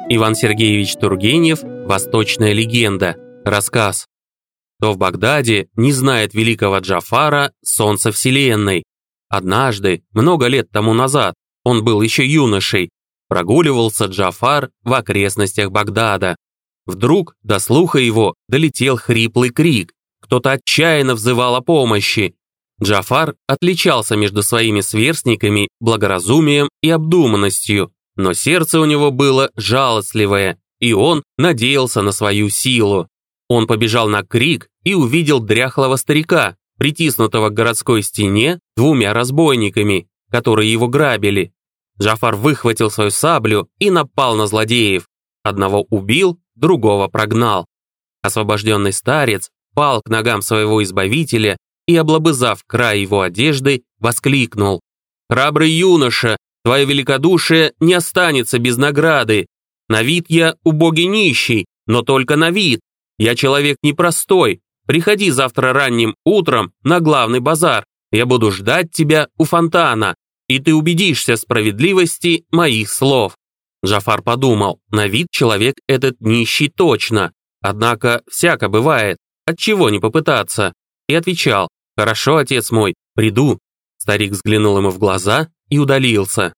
Иван Сергеевич Тургенев «Восточная легенда». Рассказ. Кто в Багдаде не знает великого Джафара, солнца вселенной? Однажды, много лет тому назад, он был еще юношей, прогуливался Джафар в окрестностях Багдада. Вдруг до слуха его долетел хриплый крик. Кто-то отчаянно взывал о помощи. Джафар отличался между своими сверстниками благоразумием и обдуманностью, но сердце у него было жалостливое, и он надеялся на свою силу. Он побежал на крик и увидел дряхлого старика, притиснутого к городской стене двумя разбойниками, которые его грабили. Джафар выхватил свою саблю и напал на злодеев. Одного убил, другого прогнал. Освобожденный старец пал к ногам своего избавителя и, облобызав край его одежды, воскликнул: «Храбрый юноша, твое великодушие не останется без награды. На вид я убогий нищий, но только на вид. Я человек непростой. Приходи завтра ранним утром на главный базар. Я буду ждать тебя у фонтана, и ты убедишься в справедливости моих слов». Джафар подумал, на вид человек этот нищий точно, однако всяко бывает, отчего не попытаться, и отвечал: «Хорошо, отец мой, приду». Старик взглянул ему в глаза и удалился.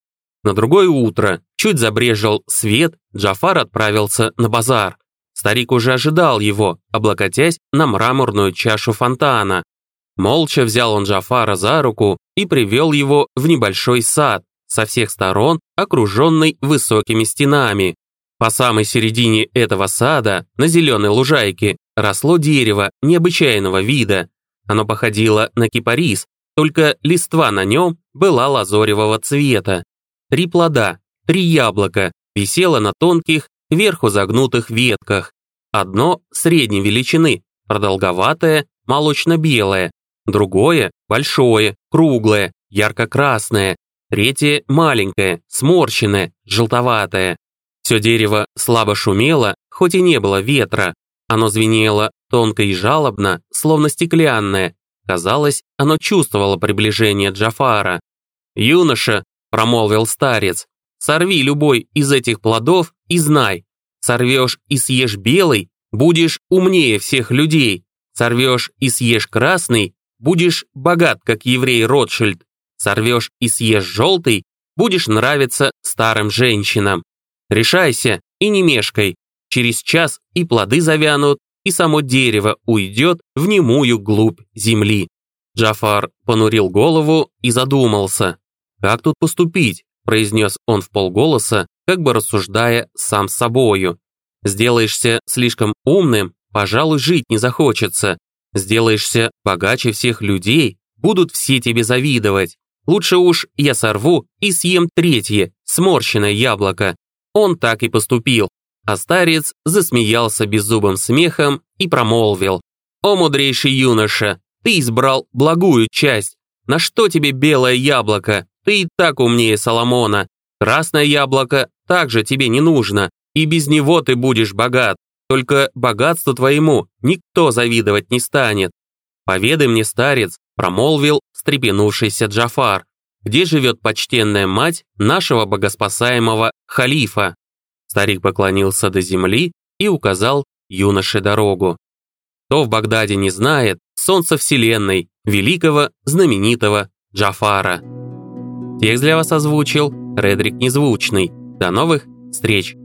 На другое утро, чуть забрезжил свет, Джафар отправился на базар. Старик уже ожидал его, облокотясь на мраморную чашу фонтана. Молча взял он Джафара за руку и привел его в небольшой сад, со всех сторон окруженный высокими стенами. По самой середине этого сада, на зеленой лужайке, росло дерево необычайного вида. Оно походило на кипарис, только листва на нем была лазоревого цвета. 3 плода, 3 яблока висело на тонких, кверху загнутых ветках. Одно средней величины, продолговатое, молочно-белое, другое большое, круглое, ярко-красное, третье маленькое, сморщенное, желтоватое. Все дерево слабо шумело, хоть и не было ветра. Оно звенело тонко и жалобно, словно стеклянное. Казалось, оно чувствовало приближение Джафара. «Юноша», — промолвил старец, — «сорви любой из этих плодов и знай. Сорвешь и съешь белый, будешь умнее всех людей. Сорвешь и съешь красный, будешь богат, как еврей Ротшильд. Сорвешь и съешь желтый, будешь нравиться старым женщинам. Решайся и не мешкай. Через час и плоды завянут, и само дерево уйдет в немую глубь земли». Джафар понурил голову и задумался. «Как тут поступить?» – произнес он вполголоса, как бы рассуждая сам с собою. «Сделаешься слишком умным, пожалуй, жить не захочется. Сделаешься богаче всех людей, будут все тебе завидовать. Лучше уж я сорву и съем третье, сморщенное яблоко». Он так и поступил. А старец засмеялся беззубым смехом и промолвил: «О, мудрейший юноша, ты избрал благую часть. На что тебе белое яблоко? Ты и так умнее Соломона. Красное яблоко также тебе не нужно, и без него ты будешь богат. Только богатству твоему никто завидовать не станет. Поведай мне, старец», — промолвил встрепенувшийся Джафар, «где живет почтенная мать нашего богоспасаемого халифа?» Старик поклонился до земли и указал юноше дорогу. Кто в Багдаде не знает солнца вселенной, великого знаменитого Джафара? Текст для вас озвучил Редрик Незвучный. До новых встреч!